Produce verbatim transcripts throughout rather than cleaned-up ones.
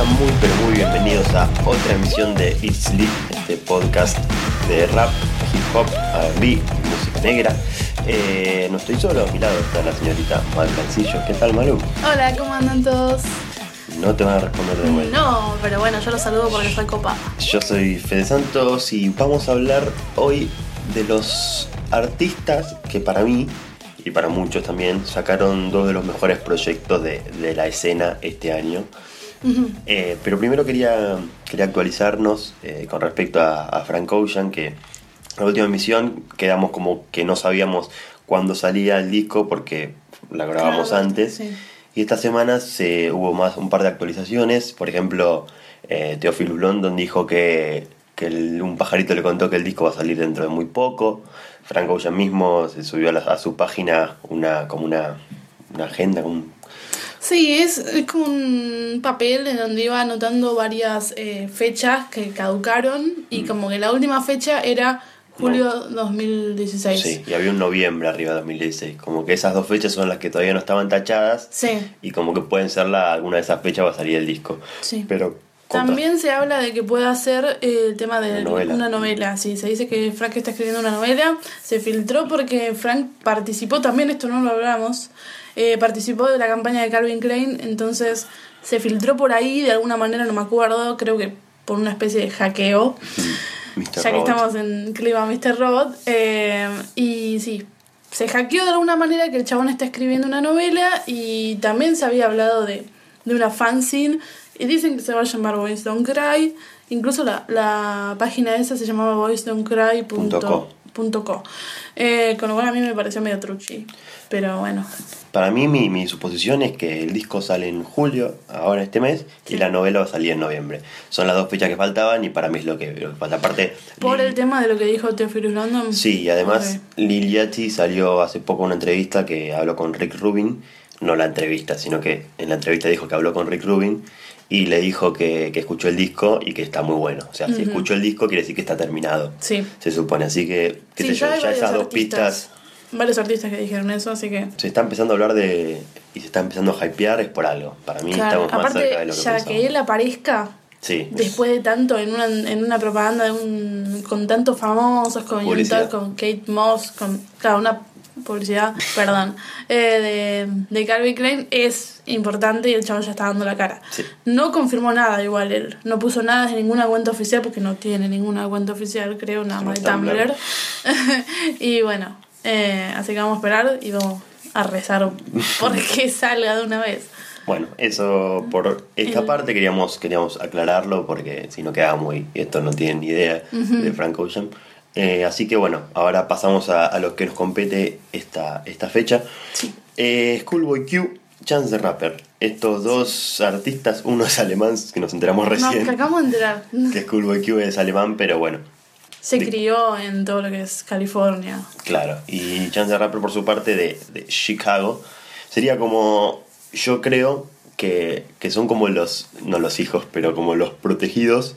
muy pero muy bienvenidos a otra emisión de It's Lit, este podcast de rap, hip hop, R and B, música negra. Eh, no estoy solo, a mi lado está la señorita Mal Cancillo. ¿Qué tal, Malu? Hola, ¿cómo andan todos? No te van a responder de vuelta. No, pero bueno, yo los saludo porque soy copada. Yo soy Fede Santos y vamos a hablar hoy de los artistas que para mí y para muchos también sacaron dos de los mejores proyectos de, de la escena este año. Uh-huh. Eh, pero primero quería, quería actualizarnos eh, con respecto a, a Frank Ocean, que en la última emisión quedamos como que no sabíamos cuándo salía el disco porque la grabamos claro, antes. Sí. Y esta semana se, hubo más un par de actualizaciones. Por ejemplo, eh, Theophilus London dijo que, que el, un pajarito le contó que el disco va a salir dentro de muy poco. Frank Ocean mismo se subió a, la, a su página una como una, una agenda. Un... Sí, es, es como un papel en donde iba anotando varias eh, fechas que caducaron. Y mm. como que la última fecha era julio no. dos mil dieciséis. Sí, y había un noviembre arriba de dos mil dieciséis. Como que esas dos fechas son las que todavía no estaban tachadas. Sí. Y como que pueden ser la, alguna de esas fechas va a salir el disco. Sí. Pero también contra... se habla de que pueda ser eh, el tema de una novela. una novela. Sí, se dice que Frank está escribiendo una novela. Se filtró porque Frank participó también, esto no lo hablamos, eh, participó de la campaña de Calvin Klein. Entonces se filtró por ahí de alguna manera, no me acuerdo, creo que por una especie de hackeo. mister Ya Robot. que estamos en clima mister Robot. Eh, y sí, se hackeó de alguna manera que el chabón está escribiendo una novela. Y también se había hablado de, de una fanzine. Y dicen que se va a llamar Boys Don't Cry. Incluso la, la página esa se llamaba boys don't cry punto co. Eh, con lo cual a mí me pareció medio truchi. Pero bueno. Para mí mi, mi suposición es que el disco sale en julio, ahora este mes, sí. Y la novela va a salir en noviembre. Son las dos fechas que faltaban y para mí es lo que, lo que falta. Aparte, ¿por Lil... el tema de lo que dijo Theophilus London? Sí, y además okay. Lil Yachty salió hace poco una entrevista que habló con Rick Rubin. No la entrevista, sino que en la entrevista dijo que habló con Rick Rubin y le dijo que, que escuchó el disco y que está muy bueno. O sea, uh-huh. si escuchó el disco quiere decir que está terminado. Sí. Se supone. Así que, qué sí, sé yo, ya esas dos pistas... Varios artistas que dijeron eso, así que... Se está empezando a hablar de... y se está empezando a hypear, es por algo. Para mí claro. estamos más aparte, cerca de lo que ya pensamos. Que él aparezca... Sí. Después de tanto en una, en una propaganda de un, con tantos famosos, con Yontal, con Kate Moss, con cada una publicidad, perdón, eh, de, de Calvin Klein, es importante y el chabón ya está dando la cara. Sí. No confirmó nada igual él, no puso nada en ninguna cuenta oficial porque no tiene ninguna cuenta oficial, creo, nada más de Tumblr. Y bueno, eh, así que vamos a esperar y vamos a rezar porque salga de una vez. Bueno, eso por esta parte queríamos queríamos aclararlo porque si no quedaba muy... y esto no tienen ni idea uh-huh. de Frank Ocean. Eh, así que bueno, ahora pasamos a, a lo que nos compete esta, esta fecha. Sí. Eh, Schoolboy Q, Chance the Rapper. Estos dos sí. artistas, uno es alemán, que nos enteramos recién. Nos acabamos de enterar. Que Schoolboy Q es alemán, pero bueno. Se de... crió en todo lo que es California. Claro, y Chance the Rapper por su parte de, de Chicago. Sería como... Yo creo que, que son como los, no los hijos, pero como los protegidos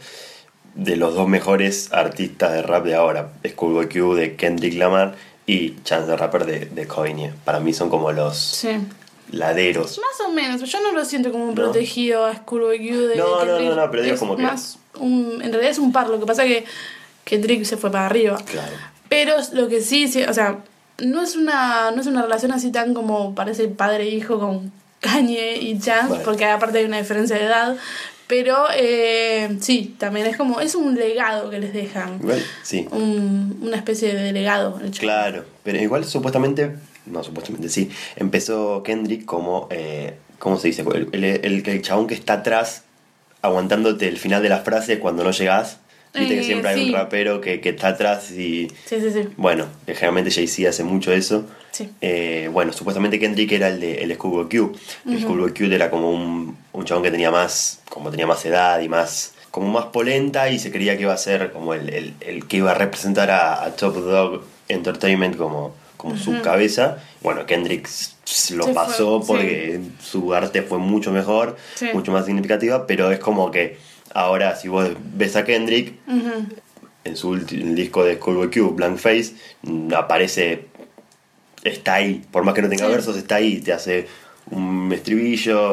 de los dos mejores artistas de rap de ahora. Schoolboy Q de Kendrick Lamar y Chance the Rapper de, de Kanye. Para mí son como los sí. laderos. Más o menos, yo no lo siento como un ¿no? protegido a Schoolboy Q de no, Kendrick. No, no, no, pero digo es como más que... un, en realidad es un par, lo que pasa que Kendrick se fue para arriba. Claro. Pero lo que sí, sí o sea, no es una, no es una relación así tan como parece padre e hijo con Kanye y Chance, bueno. porque aparte hay una diferencia de edad, pero eh, sí, también es como, es un legado que les dejan, bueno, sí. un, una especie de legado. Claro, pero igual supuestamente, no supuestamente sí, empezó Kendrick como, eh, ¿cómo se dice? El, el, el, el chabón que está atrás aguantándote el final de la frase cuando no llegás. Viste que siempre eh, hay sí. un rapero que, que está atrás y... Sí, sí, sí. Bueno, generalmente Jay-Z hace mucho eso. Sí. Eh, bueno, supuestamente Kendrick era el de el Schoolboy Q. El uh-huh. Schoolboy Q era como un, un chabón que tenía más... Como tenía más edad y más... Como más polenta y se creía que iba a ser como el, el, el que iba a representar a, a Top Dog Entertainment como, como uh-huh. su cabeza. Bueno, Kendrick lo se pasó fue, porque sí. su arte fue mucho mejor, sí. mucho más significativa, pero es como que... Ahora, si vos ves a Kendrick, uh-huh. en su último disco de Schoolboy Q, Blank Face, aparece, está ahí, por más que no tenga sí. versos, está ahí, te hace un estribillo,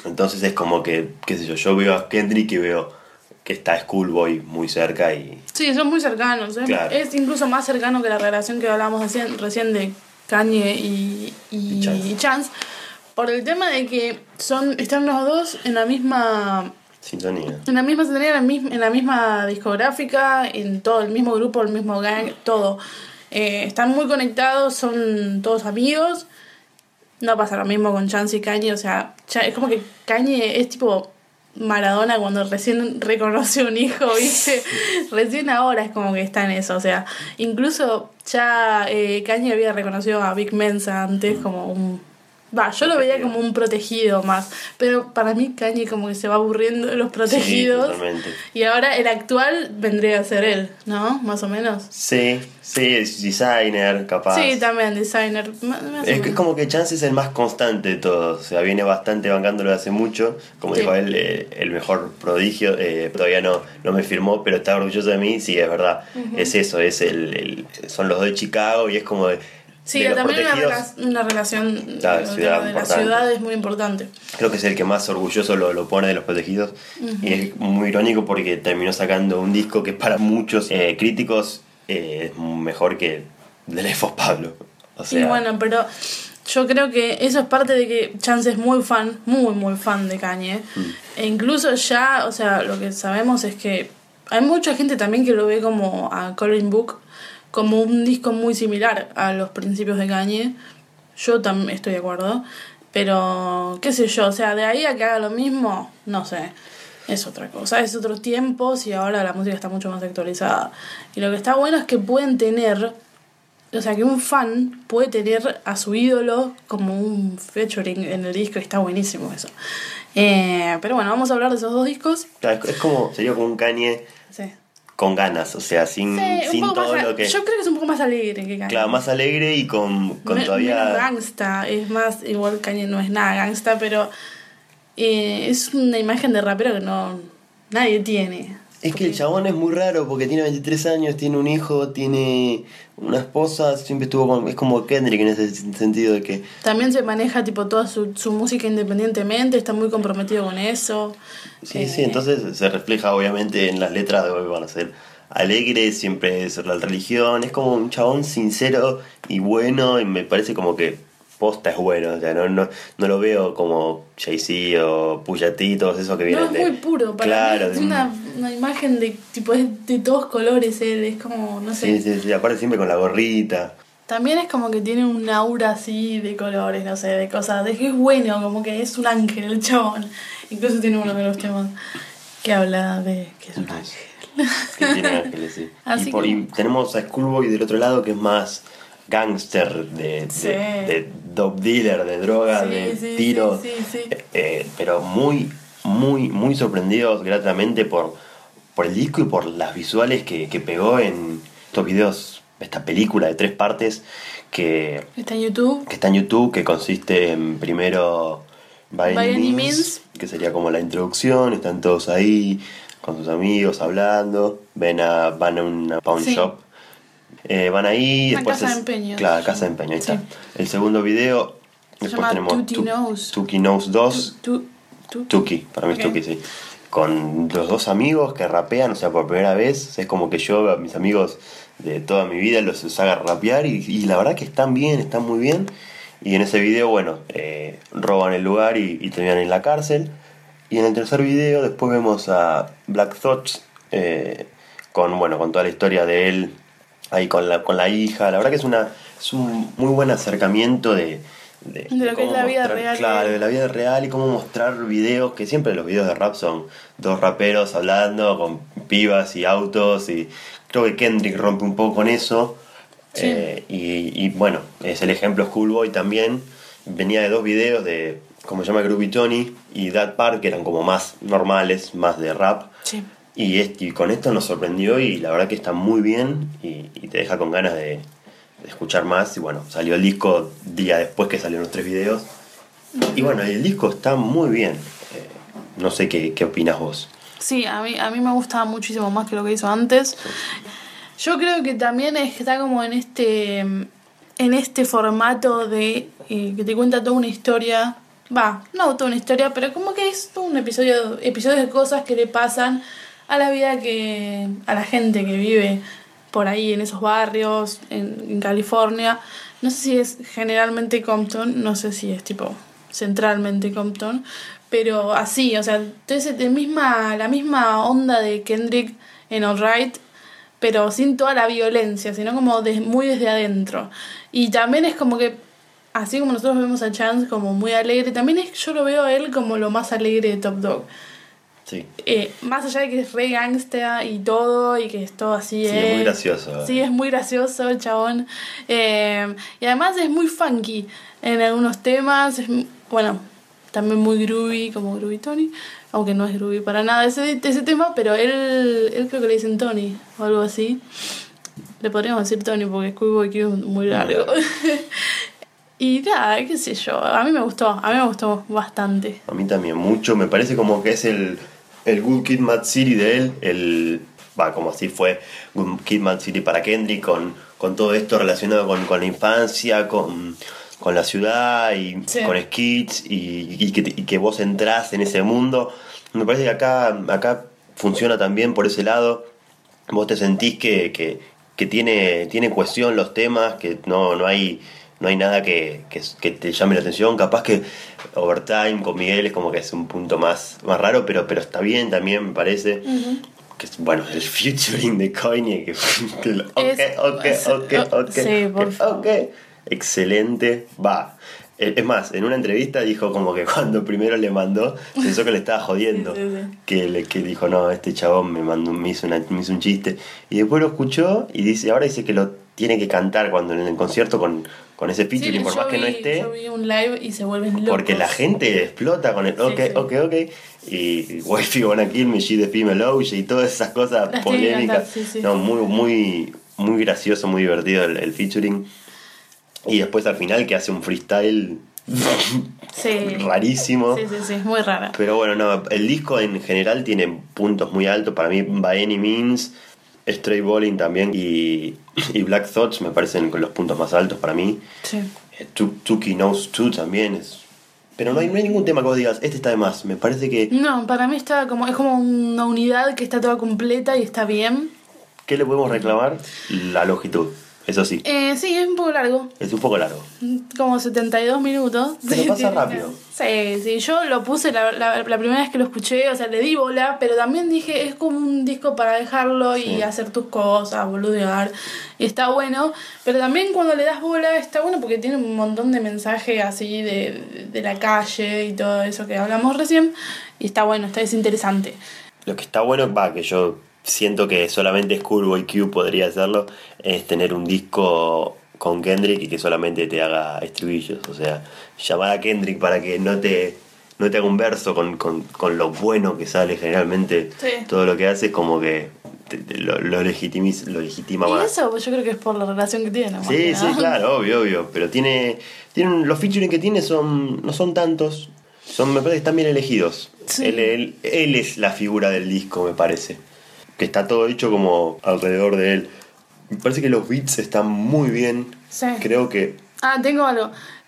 Entonces es como que, qué sé yo, yo veo a Kendrick y veo que está Schoolboy muy cerca y... Sí, son muy cercanos. ¿eh? Claro. Es incluso más cercano que la relación que hablábamos recién, recién de Kanye y, y, Y Chance. y Chance. Por el tema de que son están los dos en la misma... Sintonía. En la misma sintonía, en la misma, en la misma discográfica, en todo, el mismo grupo, el mismo gang, todo. Eh, están muy conectados, son todos amigos. No pasa lo mismo con Chance y Kanye, o sea, ya es como que Kanye es tipo Maradona cuando recién reconoce un hijo, ¿viste? Recién ahora es como que está en eso, o sea, incluso ya eh, Kanye había reconocido a Big Mensa antes como un... Va, yo lo veía como un protegido más, pero para mí Kanye como que se va aburriendo de los protegidos. Sí, totalmente. Y ahora el actual vendría a ser él, ¿no? Más o menos. Sí, sí, es designer, capaz. Sí, también designer. Más, más Es que es como que Chance es el más constante de todos, o sea, viene bastante bancándolo de hace mucho, como Sí. dijo él, eh, el mejor prodigio, eh, todavía no, no me firmó, pero está orgulloso de mí, sí, es verdad, uh-huh. Es eso, es el, el, son los dos de Chicago y es como de, sí, de los también una, protegidos, rela- una relación la el ciudad tema de la importante. ciudad es muy importante. Creo que es el que más orgulloso lo, lo pone de los protegidos, uh-huh. Y es muy irónico porque terminó sacando un disco que para muchos eh, críticos eh, es mejor que The Life of Pablo. O sea, y bueno, pero yo creo que eso es parte de que Chance es muy fan, muy muy fan de Kanye. Mm. E incluso ya, o sea, lo que sabemos es que hay mucha gente también que lo ve como a Coloring Book como un disco muy similar a los principios de Kanye. Yo también estoy de acuerdo. Pero, qué sé yo, o sea, de ahí a que haga lo mismo, no sé. Es otra cosa, es otros tiempos y ahora la música está mucho más actualizada. Y lo que está bueno es que pueden tener... O sea, que un fan puede tener a su ídolo como un featuring en el disco y está buenísimo eso. Eh, pero bueno, vamos a hablar de esos dos discos. Claro, es como, sería como un Kanye sí. con ganas, o sea, sin, sí, sin todo más, lo que... Yo creo que es un poco más alegre que Kanye. Claro, más alegre y con, con Me, todavía... menos gangsta, es más, igual Kanye no es nada gangsta, pero eh, es una imagen de rapero que no nadie tiene. Es porque... que el chabón es muy raro porque tiene veintitrés años, tiene un hijo, tiene una esposa, siempre estuvo con... Es como Kendrick en ese sentido de que... También se maneja tipo toda su, su música independientemente, está muy comprometido con eso. Sí, eh... sí, entonces se refleja obviamente en las letras de hoy, van a ser alegres, siempre es la religión, es como un chabón sincero y bueno y me parece como que posta es bueno, o sea, no, no, no lo veo como Jay-Z o Pusha T, todos esos que vienen no, de... No, es muy puro, para claro, mí es una, una imagen de tipo de, de todos colores, él, es como, no sé. Sí, sí, sí, aparte siempre con la gorrita. También es como que tiene un aura así de colores, no sé, de cosas, de que es bueno, como que es un ángel el chabón. Incluso tiene uno de los temas que habla de que es un ángel. Que tiene ángeles, sí. Así y, por, que... y tenemos a Schoolboy del otro lado que es más gangster, de, sí. de, de dope dealer, de droga, sí, de sí, tiro, sí, sí, sí. Eh, pero muy, muy, muy sorprendidos gratamente por, por el disco y por las visuales que, que pegó en estos videos, esta película de tres partes que está en YouTube, que está en YouTube, que consiste en primero By, By Any Any Means, Means, que sería como la introducción, están todos ahí con sus amigos hablando, ven a, van a una pawn sí. shop. Eh, van ahí, una después casa es, de empeño. claro, casa de empeño, ahí sí. está. El segundo video, se después tenemos Tuki Knows. Tuki Knows dos. Tu, tu, tu, Tuki, para mí okay. es Tuki, sí. Con los dos amigos que rapean, o sea, por primera vez. Es como que yo a mis amigos de toda mi vida los haga rapear y, y la verdad que están bien, están muy bien. Y en ese video, bueno, eh, roban el lugar y, y terminan en la cárcel. Y en el tercer video después vemos a Black Thoughts eh, con, bueno, con toda la historia de él ahí con la, con la hija. La verdad que es, una, es un muy buen acercamiento de, de, de lo de que es la vida mostrar, real. Claro, de la vida real y cómo mostrar videos, que siempre los videos de rap son dos raperos hablando con pibas y autos. Y creo que Kendrick rompe un poco con eso. Sí. Eh, y, y bueno, es el ejemplo Schoolboy también. Venía de dos videos de, como se llama, Groovy Tony y That Part, que eran como más normales, más de rap. Sí. Y, este, y con esto nos sorprendió y la verdad que está muy bien y, y te deja con ganas de, de escuchar más. Y bueno, salió el disco día después que salieron los tres videos. Y bueno, el disco está muy bien. Eh, no sé qué, qué opinas vos. Sí, a mí, a mí me gusta muchísimo más que lo que hizo antes. Sí. Yo creo que también está como en este en este formato de eh, que te cuenta toda una historia Va, no toda una historia, pero como que es un episodio, episodios de cosas que le pasan a la vida que. A la gente que vive por ahí en esos barrios, en, en California. No sé si es generalmente Compton, no sé si es tipo centralmente Compton, pero así, o sea, entonces de misma, la misma onda de Kendrick en Alright, pero sin toda la violencia, sino como de, muy desde adentro. Y también es como que, así como nosotros vemos a Chance como muy alegre, también es, yo lo veo a él como lo más alegre de Top Dog. Sí. Eh, más allá de que es re gangsta y todo, y que es todo así. Sí, eh, es muy gracioso. Sí, es muy gracioso el chabón. Eh, y además es muy funky en algunos temas. Es, bueno, también muy groovy, como Groovy Tony. Aunque no es groovy para nada ese, ese tema, pero él, él creo que le dicen Tony o algo así. Le podríamos decir Tony porque Schoolboy Q es muy largo. Y nada, qué sé yo. A mí me gustó, a mí me gustó bastante. A mí también, mucho. Me parece como que es el, el Good Kid, Mad City de él. El, va, como así fue Good Kid, Mad City para Kendrick, con, con todo esto relacionado con, con la infancia, con, con la ciudad y Sí. con skits y, y, que, y que vos entrás en ese mundo. Me parece que acá, acá funciona también por ese lado. Vos te sentís que, que, que tiene, tiene cuestión los temas, que no, no hay... No hay nada que, que, que te llame la atención. Capaz que Overtime con Miguel es como que es un punto más, más raro, pero, pero está bien también, me parece. Uh-huh. Que es, bueno, el featuring de Kanye. Que, que lo- ok, Es- ok, es- ok, ok. sí, por ok, favor. ok. Excelente. Va. Eh, Es más, en una entrevista dijo como que cuando primero le mandó, pensó que le estaba jodiendo. Sí, sí, sí. Que, le, que dijo, no, este chabón me mandó me hizo, una, me hizo un chiste. Y después lo escuchó y dice, ahora dice que lo tiene que cantar cuando en el concierto con, con ese featuring, Sí, por yo más que no vi- esté. Yo vi un live y se vuelven locos. Porque la gente explota con el ok, Sí, sí. ok, ok. Y Wifey Wanna Kill Me, She the Female O J y todas esas cosas Las tiene que polémicas. cantar, sí, sí. No, muy, muy, muy gracioso, muy divertido el, el featuring. Y después al final que hace un freestyle Sí. rarísimo. Sí, sí, sí, es muy rara. Pero bueno, no, el disco en general tiene puntos muy altos. Para mí, By Any Means, Stray Bowling también y, y Black Thoughts me parecen con los puntos más altos para mí. Sí. Eh, Tu- Tuki Knows Too también es. Pero no hay, no hay ningún tema que vos digas, este está de más. Me parece que. No, para mí está como, es como una unidad que está toda completa y está bien. ¿Qué le podemos reclamar? La longitud. Eso sí, Eh, sí, es un poco largo. es un poco largo. Como setenta y dos minutos. Pero Sí, pasa sí, rápido. Sí, sí, yo lo puse la, la, la primera vez que lo escuché, o sea, le di bola, pero también dije, es como un disco para dejarlo y Sí. hacer tus cosas, boludear, y está bueno, pero también cuando le das bola está bueno porque tiene un montón de mensajes así de, de la calle y todo eso que hablamos recién, y está bueno, está es interesante. Lo que está bueno, va, que yo siento que solamente Schoolboy Q podría hacerlo, es tener un disco con Kendrick y que solamente te haga estribillos. O sea, llamar a Kendrick para que no te, no te haga un verso con, con, con lo bueno que sale generalmente. Sí. Todo lo que hace es como que te- te- lo, lo, legitimiz- lo legitima Y más. eso pues, yo creo que es por la relación que tiene. más Sí, que sí, nada. claro, obvio, obvio. Pero tiene, tiene un- los featuring que tiene son no son tantos. Son, me parece que están bien elegidos. Sí. Él, él, él es la figura del disco, me parece. Que está todo hecho como alrededor de él. Me parece que los beats están muy bien. Sí. Creo que. Ah, tengo algo.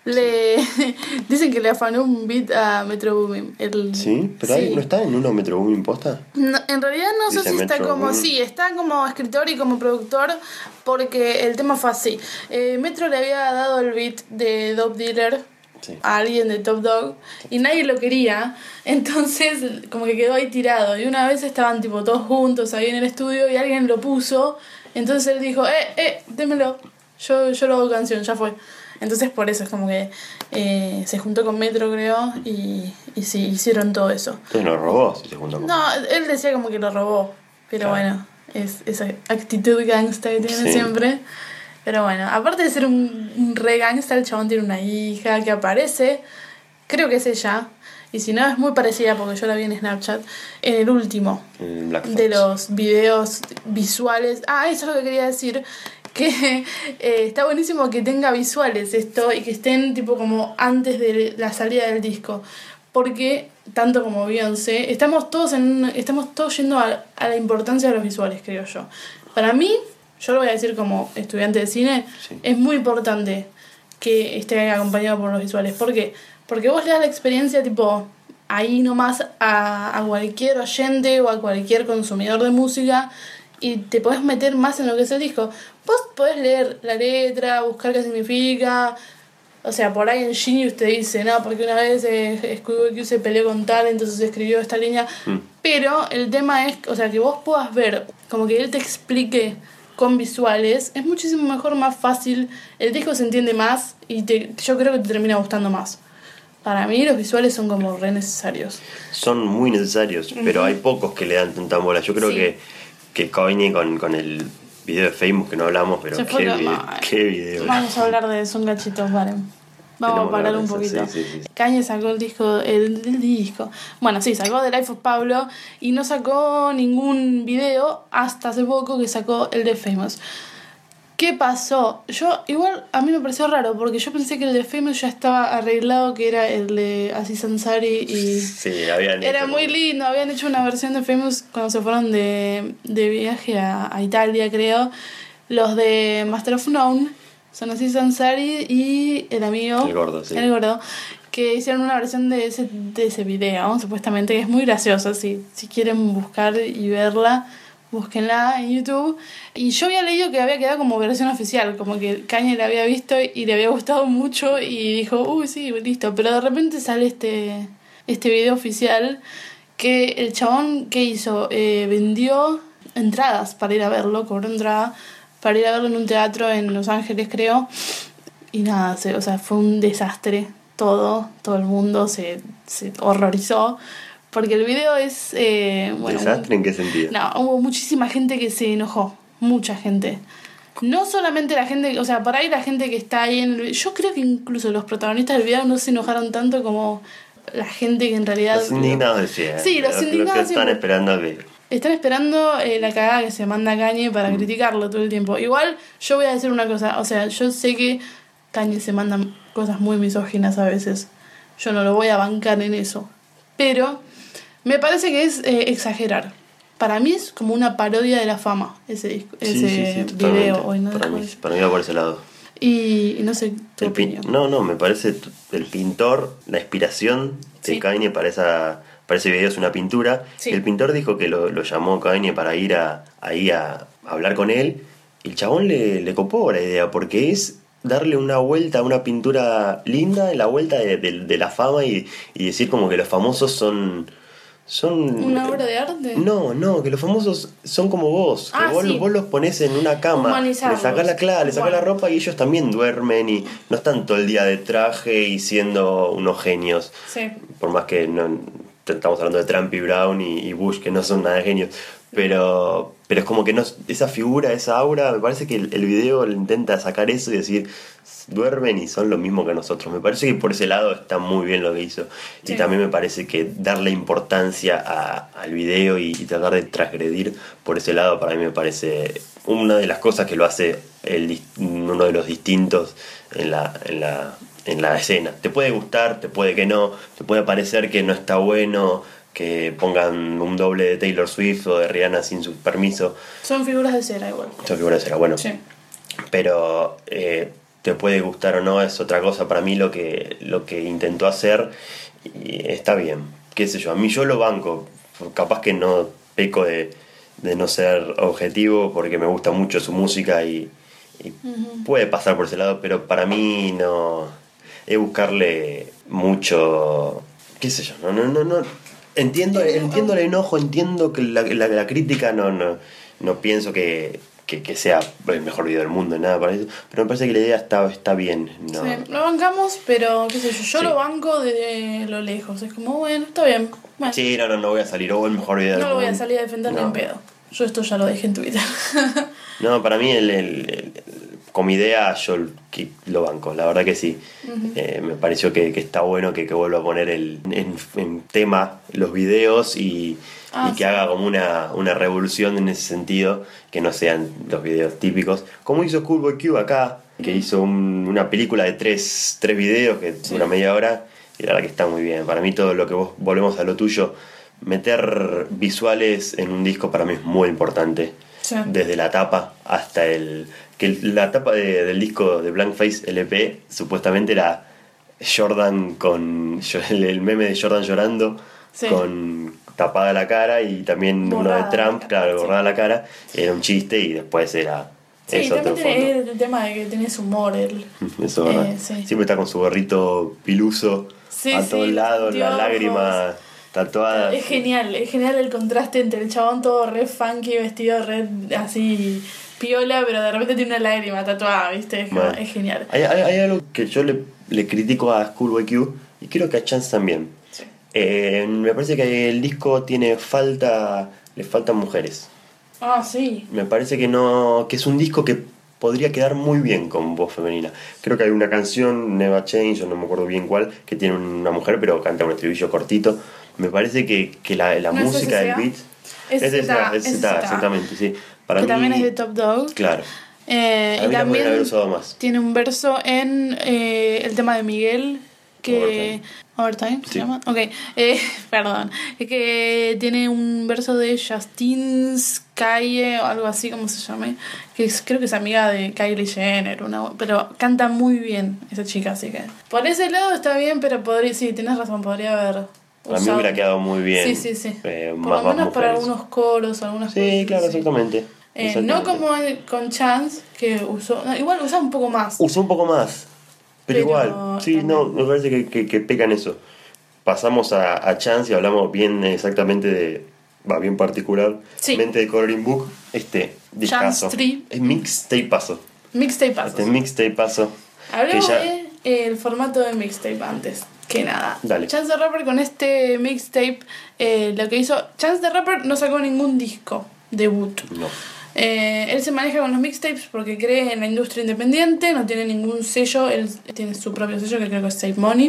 Le dicen que le afanó un beat a Metro Boomin. El... Sí, pero sí. ahí no está en uno Metro Boomin posta. No, en realidad no sé Dice si está Metro como... Boomin. Sí, está como escritor y como productor porque el tema fue así. Eh, Metro le había dado el beat de Dope Dealer Sí. a alguien de Top Dog y nadie lo quería, entonces como que quedó ahí tirado. Y una vez estaban tipo todos juntos ahí en el estudio y alguien lo puso, entonces él dijo, eh, eh, démelo, yo, yo lo hago canción, ya fue. Entonces por eso es como que eh, se juntó con Metro, creo, y, y sí, hicieron todo eso. Entonces lo robó si se juntó con. No, él decía como que lo robó, pero Claro. bueno, es esa actitud gangsta que tiene Sí. siempre. Pero bueno, aparte de ser un, un re gangsta, el chabón tiene una hija que aparece, creo que es ella, y si no es muy parecida porque yo la vi en Snapchat, en el último El Black de Thoughts. los videos visuales. Ah, eso es lo que quería decir, que eh, está buenísimo que tenga visuales esto y que estén tipo como antes de la salida del disco, porque tanto como Beyoncé estamos todos en un- estamos todos yendo a, a la importancia de los visuales, creo yo. Para mí, yo lo voy a decir como estudiante de cine, Sí. es muy importante que esté acompañado por los visuales. ¿Por qué? Porque vos le das la experiencia tipo ahí nomás a, a cualquier oyente o a cualquier consumidor de música y te podés meter más en lo que es el disco. Vos podés leer la letra, buscar qué significa. O sea, por ahí en Genius te dice, no, porque una vez eh, Scooby-Doo se peleó con tal, entonces escribió esta línea. Mm. Pero el tema es, o sea, que vos puedas ver, como que él te explique con visuales, es muchísimo mejor, más fácil. El disco se entiende más y te, yo creo que te termina gustando más. Para mí los visuales son como re necesarios. Son muy necesarios, uh-huh. pero hay pocos que le dan tanta bola. Yo creo sí. que, que Kanye con, con el video de Famous que no hablamos, pero qué video, qué video. Vamos a hablar de eso un cachito, vale. Vamos Tenemos a parar un poquito. Sí, sí, sí. Kanye sacó el disco, el, el disco. Bueno, sí, sacó The Life of Pablo y no sacó ningún video hasta hace poco que sacó el de Famous. ¿Qué pasó? Yo, igual, a mí me pareció raro, porque yo pensé que el de Famous ya estaba arreglado, que era el de Aziz Ansari y... Sí, habían Era hecho muy como... lindo, habían hecho una versión de Famous cuando se fueron de, de viaje a, a Italia, creo. Los de Master of None son Aziz Ansari y el amigo... El gordo, sí. El gordo, que hicieron una versión de ese, de ese video, supuestamente, que es muy graciosa, si, si quieren buscar y verla... Búsquenla en YouTube. Y yo había leído que había quedado como versión oficial, como que Kanye la había visto y le había gustado mucho y dijo, uy, sí, listo. Pero de repente sale este, este video oficial que el chabón, ¿qué hizo? Eh, vendió entradas para ir a verlo, cobró entrada para ir a verlo en un teatro en Los Ángeles, creo. Y nada, se, o sea, fue un desastre todo, todo el mundo se, se horrorizó. Porque el video es... Eh, bueno, ¿Desastre en qué sentido? No, hubo muchísima gente que se enojó. Mucha gente. No solamente la gente... O sea, por ahí la gente que está ahí en el video... Yo creo que incluso los protagonistas del video no se enojaron tanto como la gente que en realidad... Los indignados decían. Sí, los, los indignados... Los que están esperando a ver. Están esperando eh, la cagada que se manda Kanye para mm. criticarlo todo el tiempo. Igual, yo voy a decir una cosa. O sea, yo sé que Kanye se manda cosas muy misóginas a veces. Yo no lo voy a bancar en eso. Pero... me parece que es eh, exagerar. Para mí es como una parodia de la fama, ese disco, sí, ese sí, sí, video. Hoy, ¿no? Para mí, para mí va por ese lado. Y, y no sé tu el opinión. Pin- no, no, me parece el pintor, la inspiración de sí. Kanye para, esa, para ese video es una pintura. Sí. El pintor dijo que lo, lo llamó Kanye para ir a, ahí a, a hablar con él. Y el chabón le, le copó la idea, porque es... darle una vuelta a una pintura linda, en la vuelta de, de, de la fama y, y decir como que los famosos son... Son, ¿una obra de arte? No, no, que los famosos son como vos. Que ah, vos, sí. vos los pones en una cama, le sacás la, clave, le sacás bueno. la ropa y ellos también duermen y no están todo el día de traje y siendo unos genios. Sí. Por más que no estamos hablando de Trump y Brown y, y Bush, que no son nada de genios. Pero, pero es como que no, esa figura, esa aura, me parece que el, el video intenta sacar eso y decir, duermen y son lo mismo que nosotros. Me parece que por ese lado está muy bien lo que hizo. Sí. Y también me parece que darle importancia a, al video y, y tratar de transgredir por ese lado, para mí me parece una de las cosas que lo hace el, uno de los distintos en la, en la, en la escena. Te puede gustar, te puede que no, te puede parecer que no está bueno, que pongan un doble de Taylor Swift o de Rihanna sin su permiso. Son figuras de cera igual. Son figuras de cera, bueno. Sí. Pero eh, te puede gustar o no, es otra cosa. Para mí lo que, lo que intentó hacer y está bien. Qué sé yo, a mí yo lo banco. Capaz que no peco de, de no ser objetivo porque me gusta mucho su música y, y uh-huh. puede pasar por ese lado, pero para mí no... Es buscarle mucho... qué sé yo, no, no, no... no Entiendo, entiendo el enojo, entiendo que la, la, la crítica, no, no, no pienso que, que, que sea el mejor video del mundo, nada para eso, pero me parece que la idea está, está bien. No. Sí, lo bancamos, pero qué sé yo, yo sí. lo banco desde lo lejos, es como, bueno, está bien. Bueno. Sí, no, no, no voy a salir, oh, el mejor video no del mundo. No lo voy a salir a defenderle no. en pedo, yo esto ya lo dejé en Twitter. No, para mí el, el, el, como idea yo lo banco, la verdad que sí. Uh-huh. Eh, me pareció que, que está bueno que, que vuelva a poner el, en, en tema los videos y, ah, y que sí. haga como una, una revolución en ese sentido, que no sean los videos típicos. Como hizo Schoolboy Q acá, que hizo un, una película de tres, tres videos que sí. dura media hora, y la verdad que está muy bien. Para mí todo lo que vos, volvemos a lo tuyo, meter visuales en un disco para mí es muy importante. Sí. Desde la tapa hasta el... que la tapa de, del disco de Blank Face L P supuestamente era Jordan con el, el meme de Jordan llorando, Sí. con tapada la cara, y también Borrada uno de Trump, la cara, claro, sí. borrada la cara, era un chiste y después era Sí, es otro también tiene fondo. el tema de que tenés humor él. Eso es verdad. Eh, sí. Siempre está con su gorrito piluso Sí, a sí, todos los lados, las anteojos. lágrimas tatuadas. Es genial, es genial el contraste entre el chabón todo re funky, vestido re así piola, pero de repente tiene una lágrima tatuada, ¿viste? Es, como- Mal. es genial. Hay, hay, hay algo que yo le, le critico a Schoolboy Q, y creo que a Chance también. Sí. Eh, me parece que el disco tiene falta, le faltan mujeres. Ah, sí. Me parece que no, que es un disco que podría quedar muy bien con voz femenina. Creo que hay una canción, Never Change, o no me acuerdo bien cuál, que tiene una mujer pero canta un estribillo cortito. Me parece que, que la, la ¿No es música del S S A? beat Es es S S A, esa, es es esa, S S A. exactamente, sí. Para Que mí, también es de Top Dog. claro. Eh, A y mí la podrían haber también usado más. tiene un verso en eh, el tema de Miguel que Overtime, ¿se Sí. llama? Ok, eh, perdón, es que tiene un verso de Justine Sky o algo así como se llame, que es, creo que es amiga de Kylie Jenner, una, pero canta muy bien esa chica, así que por ese lado está bien, pero podría, sí, tienes razón, podría haber A mí usado- hubiera quedado muy bien. Sí, sí, sí. eh, Por más, lo menos más para mujeres. algunos coros, algunas Sí, cosas. claro, así. exactamente. Eh, exactamente. no como el- con Chance, que usó. No, igual usa un poco más. Usó un poco más. Pero, Pero igual, sí, también. no, me parece que, que, que pecan eso. Pasamos a, a Chance y hablamos bien exactamente de. Va bien particular. Sí. Mente de Coloring Book. Este discazo. Tree. Es mixtape paso. Mixtape pasos. Este mixtape paso. Hablemos que ya- de eh, el formato de mixtape antes que nada. Dale. Chance the Rapper con este mixtape, eh, lo que hizo. Chance the Rapper no sacó ningún disco debut. No. Eh, él se maneja con los mixtapes porque cree en la industria independiente, no tiene ningún sello, él tiene su propio sello que creo que es Save Money.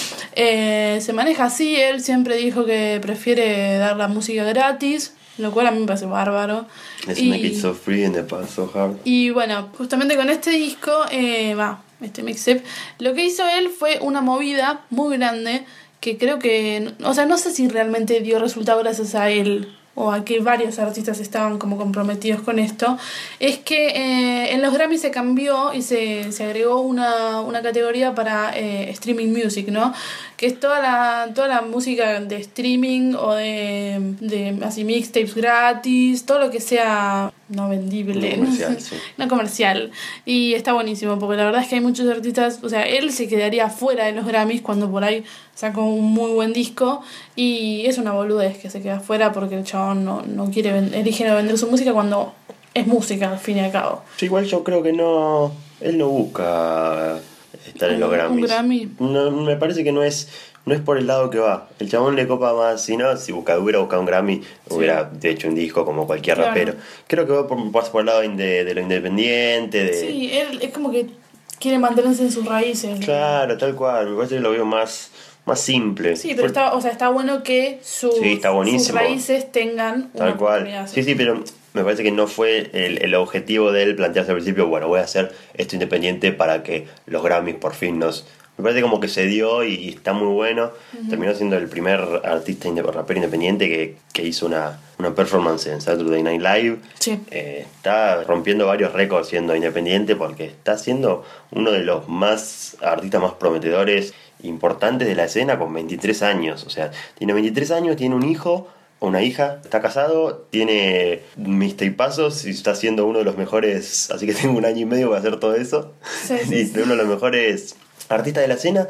Eh, se maneja así, él siempre dijo que prefiere dar la música gratis, lo cual a mí me parece bárbaro. Let's Y- make it so free and the path so hard. y bueno, justamente con este disco, eh, va, este mixtape, lo que hizo él fue una movida muy grande que creo que, o sea, no sé si realmente dio resultado gracias a él o a que varios artistas estaban como comprometidos con esto, es que eh, en los Grammy se cambió y se, se agregó una, una categoría para eh, streaming music, ¿no? Que es toda la, toda la música de streaming o de, de así mixtapes gratis, todo lo que sea no vendible, No comercial, sí. no comercial. Y está buenísimo, porque la verdad es que hay muchos artistas, o sea, él se quedaría fuera de los Grammys cuando por ahí sacó un muy buen disco, y es una boludez que se queda fuera porque el chabón no, no quiere ven- elige no vender su música cuando es música al fin y al cabo. Sí, igual yo creo que no. Él no busca estar en los Un- un Grammys. Grammy. No, me parece que no es. No es por el lado que va. El chabón le copa más. Si no, si busca, hubiera buscado un Grammy, hubiera hecho un disco como cualquier Claro. rapero. Creo que va por, pasa por el lado de, de lo independiente. De, Sí, él es como que quiere mantenerse en sus raíces. Claro, tal cual. Me parece que lo veo más, más simple. Sí, pero Fue- está, o sea, está bueno que sus, Sí, está buenísimo. sus raíces tengan una Tal cual. oportunidad. Sí, sí, pero me parece que no fue el, el objetivo de él plantearse al principio, bueno, voy a hacer esto independiente para que los Grammys por fin nos... Me parece como que se dio y, y está muy bueno. Terminó siendo el primer artista inde- rapero independiente que, que hizo una, una performance en Saturday Night Live. Sí. Eh, está rompiendo varios récords siendo independiente porque está siendo uno de los más artistas más prometedores, importantes de la escena con veintitrés años. O sea, tiene veintitrés años, tiene un hijo o una hija, está casado, tiene mis tapazos y está siendo uno de los mejores, así que tengo un año y medio para hacer todo eso. Sí, sí, y sí. uno de los mejores artistas de la escena.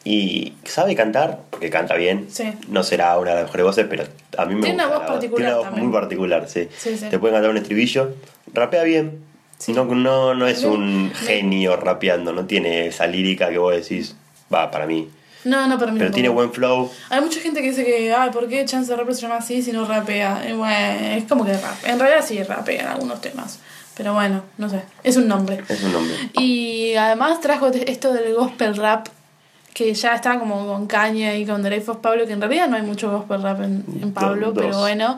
Y sabe cantar, porque canta bien. Sí. No será una de las mejores voces, pero a mí me Tiene una gusta. voz la particular Tiene una voz también. muy particular, sí. Sí, sí. Te puede cantar un estribillo. Rapea bien. Sí. No, no, no es Me- un me- genio rapeando. No tiene esa lírica que vos decís, va, para mí. No, no, para mí Pero no. tiene buen flow. Hay mucha gente que dice que, ay, ¿por qué Chance the Rapper se llama así si no rapea? Y bueno, es como que rapea. En realidad sí rapea en algunos temas. Pero bueno, no sé. Es un nombre. Es un nombre. Y además trajo esto del gospel rap, que ya está como con Caña y con The Life of Pablo, que en realidad no hay mucho gospel rap en, en Pablo, Dos. pero bueno,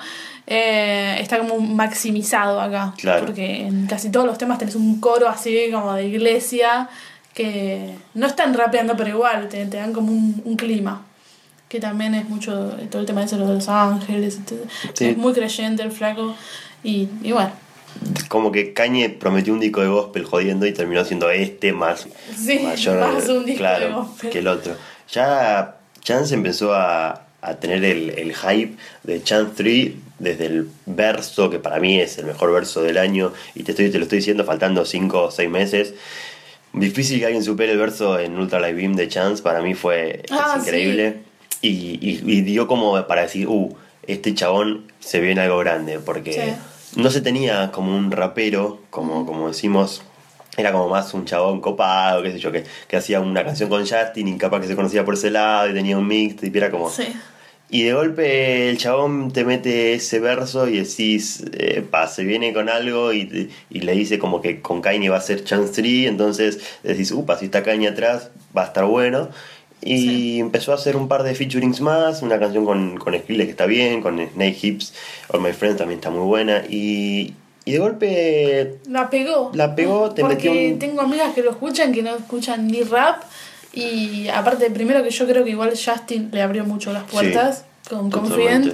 eh, está como maximizado acá. Claro. Porque en casi todos los temas tenés un coro así como de iglesia, que no están rapeando, pero igual te, te dan como un, un clima. Que también es mucho todo el tema de eso de Los Ángeles. etcétera. Sí. Es muy creyente el flaco. Y, y bueno, como que Kanye prometió un disco de gospel jodiendo y terminó siendo este más Sí, mayor, más un disco claro, de gospel que el otro. Ya Chance empezó a, a tener el, el hype de Chance tres desde el verso, que para mí es el mejor verso del año, y te, estoy, te lo estoy diciendo faltando cinco o seis meses. Difícil que alguien supere el verso en Ultra Light Beam de Chance, para mí fue Ah, es increíble. Sí. Y, y, y dio como para decir, uh, este chabón se viene algo grande, porque sí. no se tenía como un rapero, como, como decimos, era como más un chabón copado, qué sé yo, que, que hacía una canción con Justin y capaz que se conocía por ese lado y tenía un mix, y era como... Sí. Y de golpe el chabón te mete ese verso y decís, eh, pa, se viene con algo y, y le dice como que con Kanye va a ser Chance tres, entonces decís, upa, si está Kanye atrás va a estar bueno. Y sí. empezó a hacer un par de featurings más, una canción con, con Skrillex que está bien, con Snake Hips, All My Friends también está muy buena, y, y de golpe... La pegó. La pegó, te Porque metió un... tengo amigas que lo escuchan, que no escuchan ni rap. Y aparte, primero que yo creo que igual Justin le abrió mucho las puertas sí, con Confident.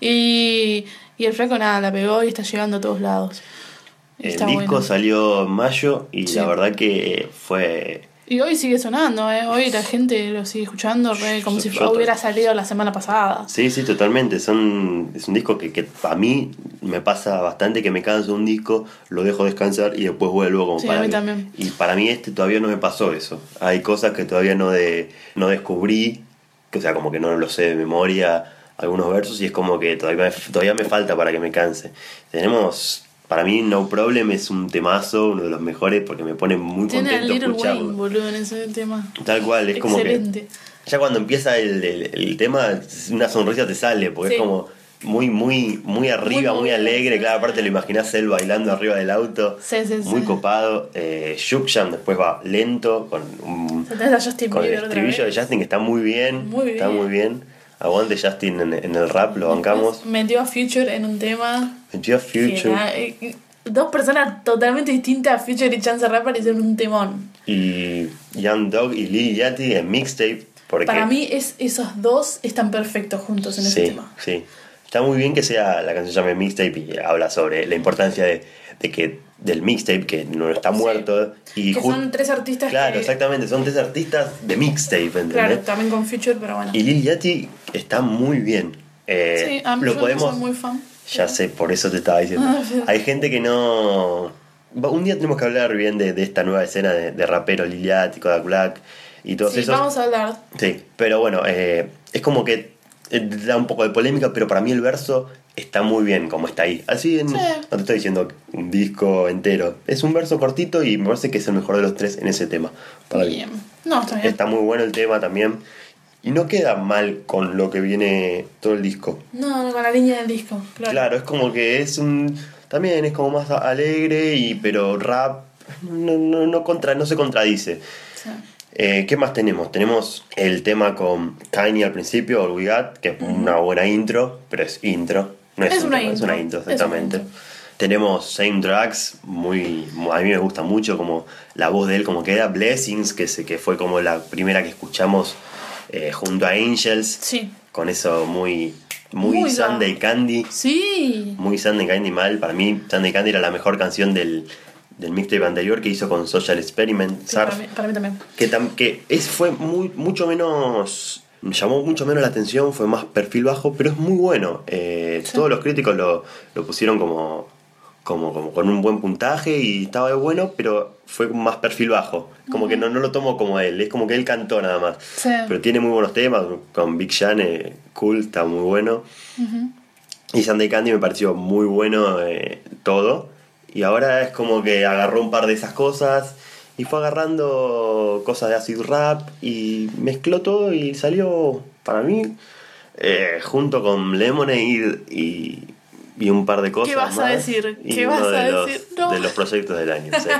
Y, y el flaco nada, la pegó y está llegando a todos lados. El disco bueno. salió en mayo y sí. la verdad que fue... Y hoy sigue sonando, ¿eh? Hoy la gente lo sigue escuchando re, como yo, si yo hubiera salido la semana pasada. Sí, sí, totalmente. Son, es un disco que, que a mí me pasa bastante, que me canso un disco, lo dejo descansar y después vuelvo como sí, para a mí mí. También. Y para mí este todavía no me pasó eso. Hay cosas que todavía no, de, no descubrí, que, o sea, como que no lo sé de memoria, algunos versos, y es como que todavía, todavía me falta para que me canse. Tenemos... Para mí No Problem es un temazo, uno de los mejores, porque me pone muy Tiene contento Little escucharlo. Wayne, boludo, en ese tema. Tal cual, es excelente. Como que ya cuando empieza el, el, el tema, una sonrisa te sale, porque sí. es como muy, muy, muy arriba, muy, muy alegre. Claro, aparte lo imaginás él bailando arriba del auto. Sí, sí, muy sí. copado. Eh, Shukjam después va lento, con un Justin con el Bieber estribillo de Justin que está muy bien. Muy bien. Está muy bien. Aguante Justin en, en el rap, lo bancamos. Metió a Future en un tema. Metió a Future. Que, dos personas totalmente distintas, Future y Chance the Rapper, hicieron un temón. Y Young Dog y Lil Yachty en Mixtape. Porque... Para mí es, esos dos están perfectos juntos en sí, ese tema. Sí, está muy bien que sea la canción se llame Mixtape y habla sobre la importancia de, de que del mixtape, que no está muerto. Sí. Y que just... son tres artistas Claro, que... exactamente, son tres artistas de mixtape, ¿entendés? Claro, también con Future, pero bueno. Y Lil Yachty está muy bien. Eh, sí, a mí lo yo podemos... no soy muy fan. Ya sé, por eso te estaba diciendo. Hay gente que no... Un día tenemos que hablar bien de, de esta nueva escena de, de rapero Lil Yachty, Kodak Black y todos sí, esos. Vamos a hablar. Sí, pero bueno, eh, es como que da un poco de polémica, pero para mí el verso está muy bien como está ahí. Así en, sí. no te estoy diciendo un disco entero. Es un verso cortito y me parece que es el mejor de los tres en ese tema. Para bien. mí. No, está bien. Está muy bueno el tema también. Y no queda mal con lo que viene todo el disco. No, no, con la línea del disco, claro. Claro, es como que es un... También es como más alegre, y pero rap no, no, no, contra, no se contradice. Sí. Eh, ¿Qué más tenemos? Tenemos el tema con Kanye al principio, All We Got, que es uh-huh. una buena intro, pero es intro. No es, es, un una, tema, intro. es una intro, exactamente. Una intro. Tenemos Same Drugs, muy, a mí me gusta mucho como la voz de él, como queda. Blessings, que, se, que fue como la primera que escuchamos eh, junto a Angels. Sí. Con eso muy... Muy, muy Sunday Candy. Sí. Muy Sunday Candy mal. Para mí, Sunday Candy era la mejor canción del, del mixtape anterior que hizo con Social Experiment. Sí, para, mí, para mí también. Que, tam, que es, fue muy, mucho menos. Me llamó mucho menos la atención, fue más perfil bajo, pero es muy bueno. Eh, sí. Todos los críticos lo, lo pusieron como, como, como con un buen puntaje y estaba bueno, pero fue más perfil bajo. Como uh-huh. que no, no lo tomo como él, es como que él cantó nada más. Sí. Pero tiene muy buenos temas, con Big Sean, eh, cool, está muy bueno. Uh-huh. Y Sunday Candy me pareció muy bueno eh, todo. Y ahora es como que agarró un par de esas cosas y fue agarrando cosas de acid rap y mezcló todo y salió, para mí, eh, junto con Lemonade y, y un par de cosas ¿Qué vas más, a decir? ¿Qué uno vas a de los, decir? No. de los proyectos del año. Sí.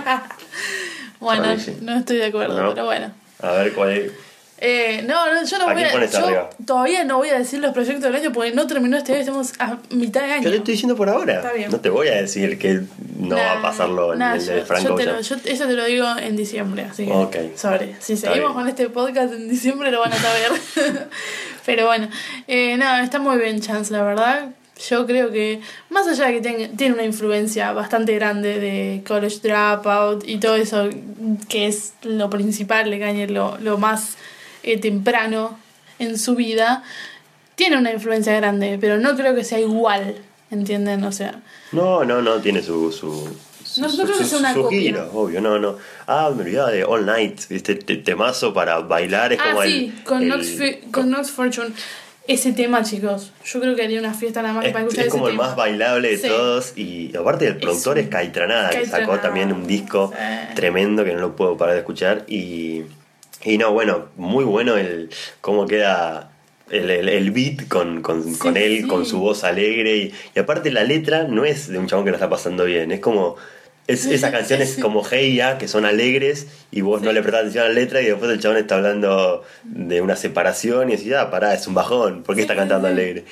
Bueno, sí. no estoy de acuerdo, ¿No? pero bueno. A ver cuál es. Eh, no, no, yo no ¿A voy quién a. pones Yo arriba? todavía no voy a decir los proyectos del año porque no terminó este año, estamos a mitad de año. Yo te estoy diciendo por ahora. Está bien. No te voy a decir que no nah, va a pasarlo en nah, el yo, de Franco. yo te lo, yo, eso te lo digo en diciembre, así que. Ok. Sobre. Si Está seguimos bien. con este podcast en diciembre lo van a saber. Pero bueno, eh, nada, está muy bien Chance, la verdad. yo creo que, más allá de que ten, tiene una influencia bastante grande de College Dropout y todo eso, que es lo principal de Kanye, lo, lo más eh, temprano en su vida, tiene una influencia grande, pero no creo que sea igual, ¿entienden? O sea... No, no, no, tiene su... su... No, no creo que sea una su copia. giro, obvio, no, no. Ah, me olvidaba de All Night, este temazo para bailar, es ah, como sí, el... con, el, Knox, con Knox Fortune. Ese tema, chicos, yo creo que haría una fiesta nada más es, para escuchar es ese como el tema. más bailable de sí. todos. Y aparte el productor es, es Caitranada, que sacó Caitranada. también un disco sí. tremendo que no lo puedo parar de escuchar. Y, y no, bueno, muy bueno el cómo queda... El, el, el beat con, con, sí, con él, sí. con su voz alegre. Y, y aparte la letra no es de un chabón que la está pasando bien. Es como... Es, esas canciones como Hey Ya, que son alegres y vos sí. no le prestás atención a la letra y después el chabón está hablando de una separación y decís, ah, pará, es un bajón, ¿por qué sí, está cantando sí. alegre?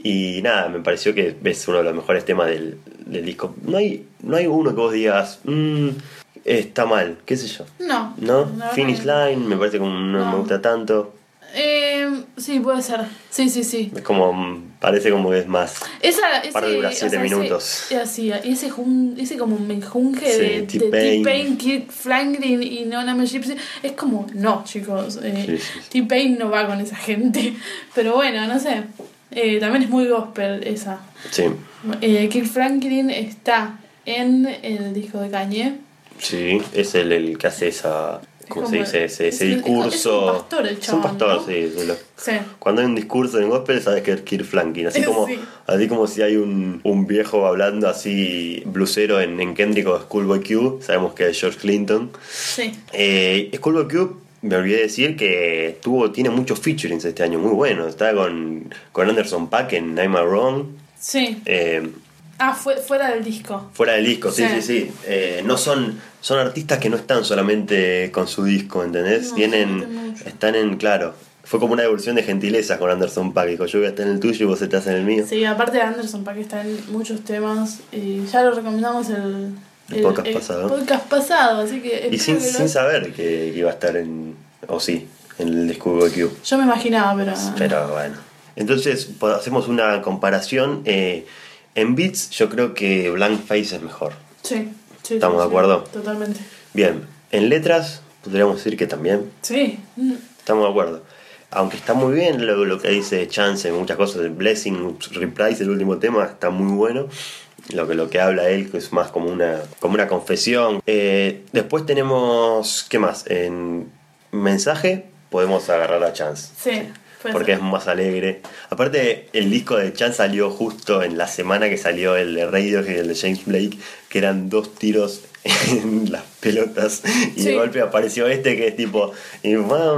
Y nada, me pareció que es uno de los mejores temas del, del disco. No hay, no hay uno que vos digas, mmm, está mal, qué sé yo. No. ¿No? Finish Line, me parece que no, no me gusta tanto. Eh, sí, puede ser. Sí, sí, sí. Es como, parece como que es más. Esa, ese, para durar siete o sea, minutos. Ese, así, ese, jun, ese como menjunje sí, de T-Pain, Kirk Franklin y Nona Gypsy. Es como, no, chicos. Eh, sí, sí, sí. T-Pain no va con esa gente. Pero bueno, no sé. Eh, también es muy gospel esa. Sí. Eh, Kirk Franklin está en el disco de Kanye. Sí, es el, el que hace esa. ¿Cómo se dice? Ese, ese es, discurso. Es un pastor el chabón, es un pastor, ¿no? sí, lo, sí. Cuando hay un discurso en gospel, sabes que es Kirk Franklin. Así como, sí. así como si hay un, un viejo hablando así, blusero en, en Kendrick o Schoolboy Q, sabemos que es George Clinton. Sí. Eh, Schoolboy Q, me olvidé de decir que tuvo, tiene muchos featurings este año, muy buenos. Está con, con Anderson .Paak en I'm a Wrong. Sí. Eh, ah, fue, fuera del disco. Fuera del disco, sí, sí, sí. sí. Eh, no son. Son artistas que no están solamente con su disco, ¿entendés? No, Tienen, están en, claro, fue como una devolución de gentileza con Anderson .Paak, dijo, yo voy a estar en el tuyo y vos estás en el mío. Sí, aparte de Anderson .Paak está en muchos temas y ya lo recomendamos el, el, el podcast el, pasado. El podcast pasado, así que... Y sin, que sin lo... saber que, que iba a estar en, o sí, en el disco de Q. Yo me imaginaba, pero... Pero bueno. Entonces, hacemos una comparación. Eh, en beats, yo creo que Blank Face es mejor. Sí. Sí, ¿Estamos sí, de acuerdo? Sí, totalmente. Bien, en letras podríamos decir que también. Sí. Estamos de acuerdo. Aunque está muy bien lo, lo que dice Chance en muchas cosas, el Blessing, Reprise, el último tema, está muy bueno. Lo que, lo que habla él, que es más como una, como una confesión. Eh, después tenemos, ¿qué más? En mensaje podemos agarrar a Chance. Sí. sí. Porque es más alegre. Aparte, el disco de Chance salió justo en la semana que salió el de Radiohead y el de James Blake, que eran dos tiros en las pelotas. Y sí. de golpe apareció este que es tipo, y,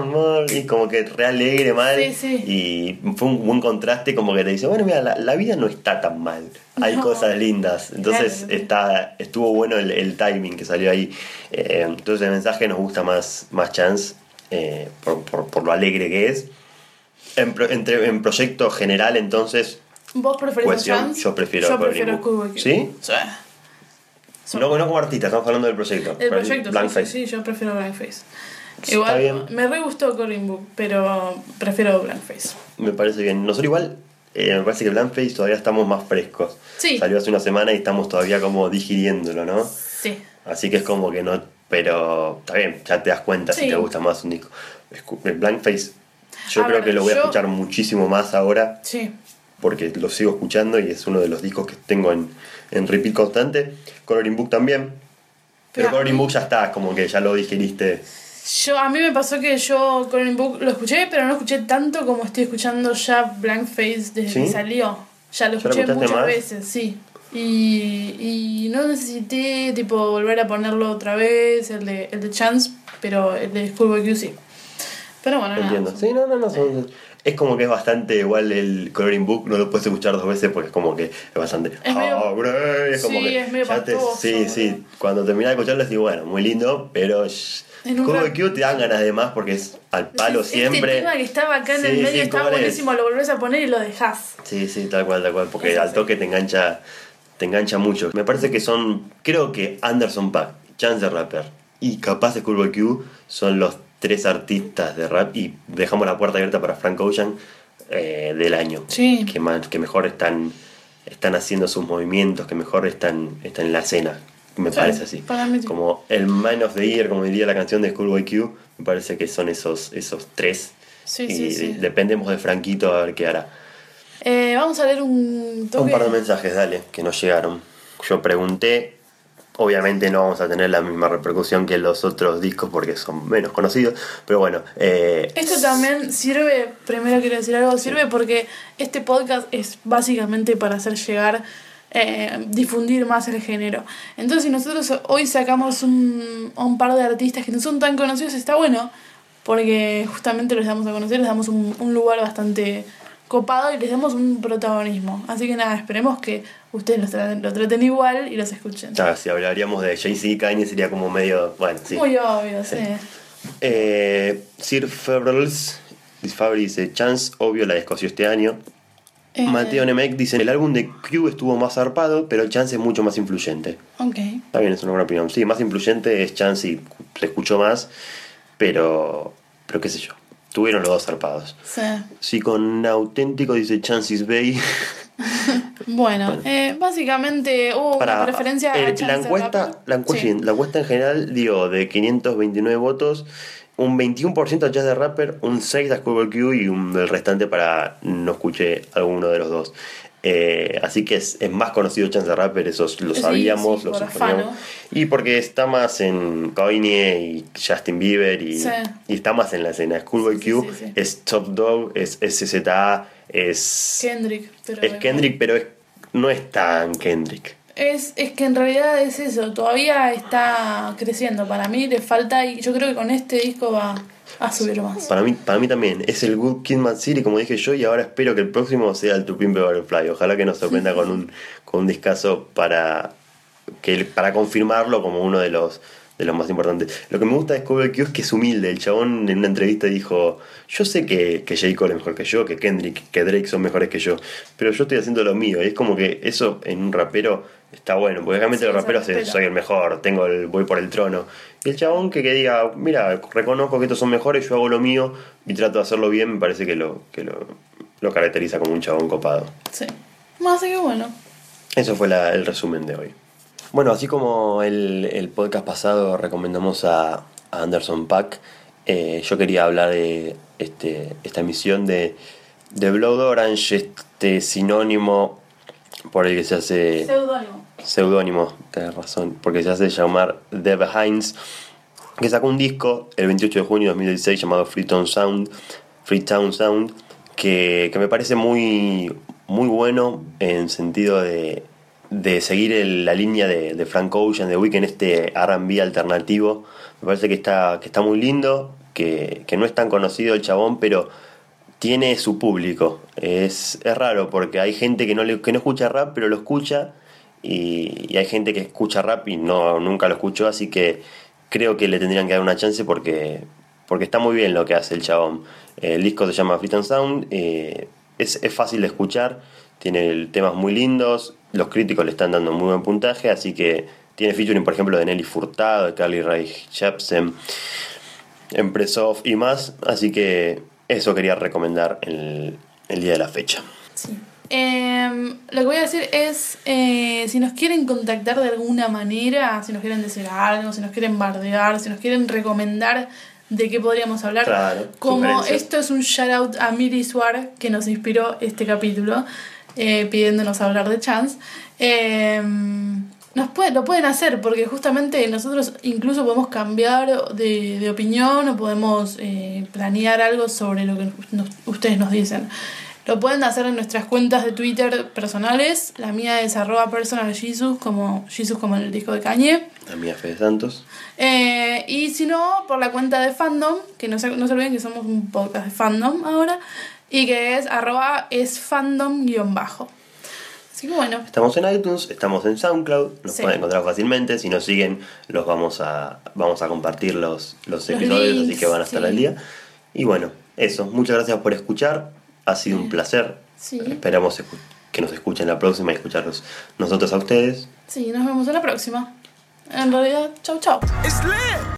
y como que re alegre, mal. Sí, sí. Y fue un buen contraste, como que te dice, bueno, mira, la, la vida no está tan mal. Hay no. cosas lindas. Entonces, claro. está, estuvo bueno el, el timing que salió ahí. Eh, entonces, el mensaje nos gusta más, más Chance, eh, por, por, por lo alegre que es. En, pro, entre, en proyecto general, entonces. ¿Vos preferís cuestión, a Chance? Yo prefiero Yo a prefiero Schoolboy Q. ¿Sí? Sí. No, no como artista, estamos hablando del proyecto. El proyecto, Blank sí, Face. sí, yo prefiero Blank Face. Está Igual, bien. me re gustó Corin Book, pero prefiero Blank Face. Me parece bien. Nosotros igual, eh, me parece que Blank Face todavía estamos más frescos. Sí. Salió hace una semana y estamos todavía como digiriéndolo, ¿no? Sí. Así que es como que no. Pero está bien, ya te das cuenta sí. si te gusta más un disco. Blank Face. Yo a creo ver, que lo voy yo... a escuchar muchísimo más ahora. Sí. Porque lo sigo escuchando y es uno de los discos que tengo en, en repeat constante. Coloring Book también. Pero, pero Coloring Book ya está, como que ya lo digeriste. Yo, a mí me pasó que yo Coloring Book lo escuché, pero no escuché tanto como estoy escuchando ya Blank Face desde ¿Sí? que salió. Ya lo escuché muchas más? veces, sí. Y, y no necesité tipo volver a ponerlo otra vez, el de, el de Chance, pero el de Schoolboy Q sí. Pero bueno, entiendo. Nada, sí, no, no, no. Son, es como que es bastante igual el Coloring Book, no lo puedes escuchar dos veces porque es como que es bastante. Es medio, oh, bro, es como sí, que es medio ya te, pastoso, sí, sí. Cuando terminas de escucharlo, digo, bueno, muy lindo, pero. Schoolboy Q te dan ganas de más porque es al palo este siempre. Este tema que estaba acá en sí, el medio sí, estaba buenísimo, lo volvés a poner y lo dejás. Sí, sí, tal cual, tal cual, porque Eso al sí. toque te engancha, te engancha mucho. Me parece que son, creo que Anderson .Paak, Chance the Rapper y capaz Schoolboy Q son los tres artistas de rap y dejamos la puerta abierta para Frank Ocean eh, del año sí. que, más, que mejor están están haciendo sus movimientos, que mejor están, están en la escena. Me Sí, parece así. para mí sí. Como el Man of the Year, como diría la canción de Schoolboy Q, me parece que son esos, esos tres. Sí, y sí, sí. dependemos de Franquito a ver qué hará. Eh, vamos a leer un toque. Un par de mensajes, dale, que nos llegaron. Yo pregunté, obviamente no vamos a tener la misma repercusión que los otros discos porque son menos conocidos, pero bueno. Eh, Esto también sirve, primero quiero decir algo, sirve porque este podcast es básicamente para hacer llegar, eh, difundir más el género. Entonces si nosotros hoy sacamos un, un par de artistas que no son tan conocidos, está bueno, porque justamente los damos a conocer, les damos un, un lugar bastante copado y les damos un protagonismo. Así que nada, esperemos que ustedes los traten, lo traten igual y los escuchen. Ah, si hablaríamos de Jay-Z y Kanye sería como medio, bueno, sí. Muy obvio, sí. sí. Eh, Sir Fabrils dice Chance, obvio la descoció este año. Eh, Mateo Nemec dice el álbum de Q estuvo más zarpado, pero Chance es mucho más influyente. Ok. Está bien, es una buena opinión. Sí, más influyente es Chance y se escuchó más, pero, pero qué sé yo. Tuvieron los dos zarpados. Sí. Sí, con auténtico dice Chances Bay. Bueno, Bueno. Eh, básicamente hubo Para, una preferencia eh, a la Chance encuesta, Rapper. la, encuesta, Sí. la encuesta en general dio de quinientos veintinueve votos, un veintiuno por ciento a Chance the Rapper, un seis por ciento a Schoolboy Q y un, el restante para no escuché alguno de los dos. Eh, así que es, es más conocido Chance the Rapper, eso lo Sí, sabíamos, sí, lo por suponíamos. afano. Y porque está más en Kanye y Justin Bieber y, Sí. y está más en la escena. Schoolboy Sí, sí, Q sí, sí. es Top Dog, es S Z A, es, Kendrick. Pero es Kendrick, pero es, no es tan Kendrick. Es, es que en realidad es eso, todavía está creciendo. Para mí le falta y yo creo que con este disco va a subir más. Para mí, para mí también, es el Good Kid Mad City, como dije yo, y ahora espero que el próximo sea el To Pimp a Butterfly. Ojalá que nos sorprenda con un, con un discazo para, que, para confirmarlo como uno de los, de los más importantes. Lo que me gusta de Schoolboy Q es que es humilde. El chabón en una entrevista dijo: yo sé que, que J. Cole es mejor que yo, que Kendrick, que Drake son mejores que yo, pero yo estoy haciendo lo mío. Y es como que eso en un rapero está bueno, porque realmente Sí, los raperos se es, respeta. soy el mejor, tengo el, voy por el trono. Y el chabón que, que diga, mira, reconozco que estos son mejores, yo hago lo mío y trato de hacerlo bien, me parece que lo, que lo, lo caracteriza como un chabón copado. Sí. Así que bueno. Eso fue la- el resumen de hoy. Bueno, así como el, el podcast pasado recomendamos a, a Anderson .Paak, eh, yo quería hablar de este, esta emisión de, de Blood Orange, este sinónimo por el que se hace... Seudónimo. Seudónimo, tenés razón, porque se hace llamar The Behinds, que sacó un disco el veintiocho de junio de dos mil dieciséis llamado Freetown Sound, Freetown Sound, que, que me parece muy, muy bueno en sentido de, de seguir el- la línea de, de Frank Ocean, de Weeknd, este R and B alternativo. Me parece que está, que está muy lindo, que, que no es tan conocido el chabón, pero tiene su público. Es, es raro porque hay gente que no, le, que no escucha rap, pero lo escucha, y, y hay gente que escucha rap y no, nunca lo escuchó, así que creo que le tendrían que dar una chance porque, porque está muy bien lo que hace el chabón. El disco se llama Freetown Sound, eh, es, es fácil de escuchar, tiene temas muy lindos, los críticos le están dando muy buen puntaje, así que tiene featuring, por ejemplo, de Nelly Furtado, de Carly Rae Jepsen, Empressov y más, así que eso quería recomendar el, el día de la fecha. Sí. Eh, lo que voy a decir es, eh, si nos quieren contactar de alguna manera, si nos quieren decir algo, si nos quieren bardear, si nos quieren recomendar de qué podríamos hablar, Claro, como sugerencias. esto es un shout out a Miri Suar, que nos inspiró este capítulo, eh, pidiéndonos hablar de Chance, eh, nos puede, lo pueden hacer, porque justamente nosotros incluso podemos cambiar de, de opinión o podemos eh, planear algo sobre lo que nos- ustedes nos dicen. Lo pueden hacer en nuestras cuentas de Twitter personales. La mía es arroba personaljesus, como Jesus como en el disco de Kanye. La mía Fede Santos. Eh, y si no, por la cuenta de Fandom, que no se, no se olviden que somos un podcast de Fandom ahora, y que es arroba es fandom guión bajo. Así que bueno, Estamos en iTunes, estamos en SoundCloud, nos Sí. pueden encontrar fácilmente. Si nos siguen, los vamos a, vamos a compartir los, los Los episodios, links, así que van a estar sí. al día. Y bueno, eso, muchas gracias por escuchar, ha sido un placer. sí, Esperamos escu- que nos escuchen la próxima y escucharlos nosotros a ustedes. sí, nos vemos en la próxima. En realidad, chau chau. It's lit.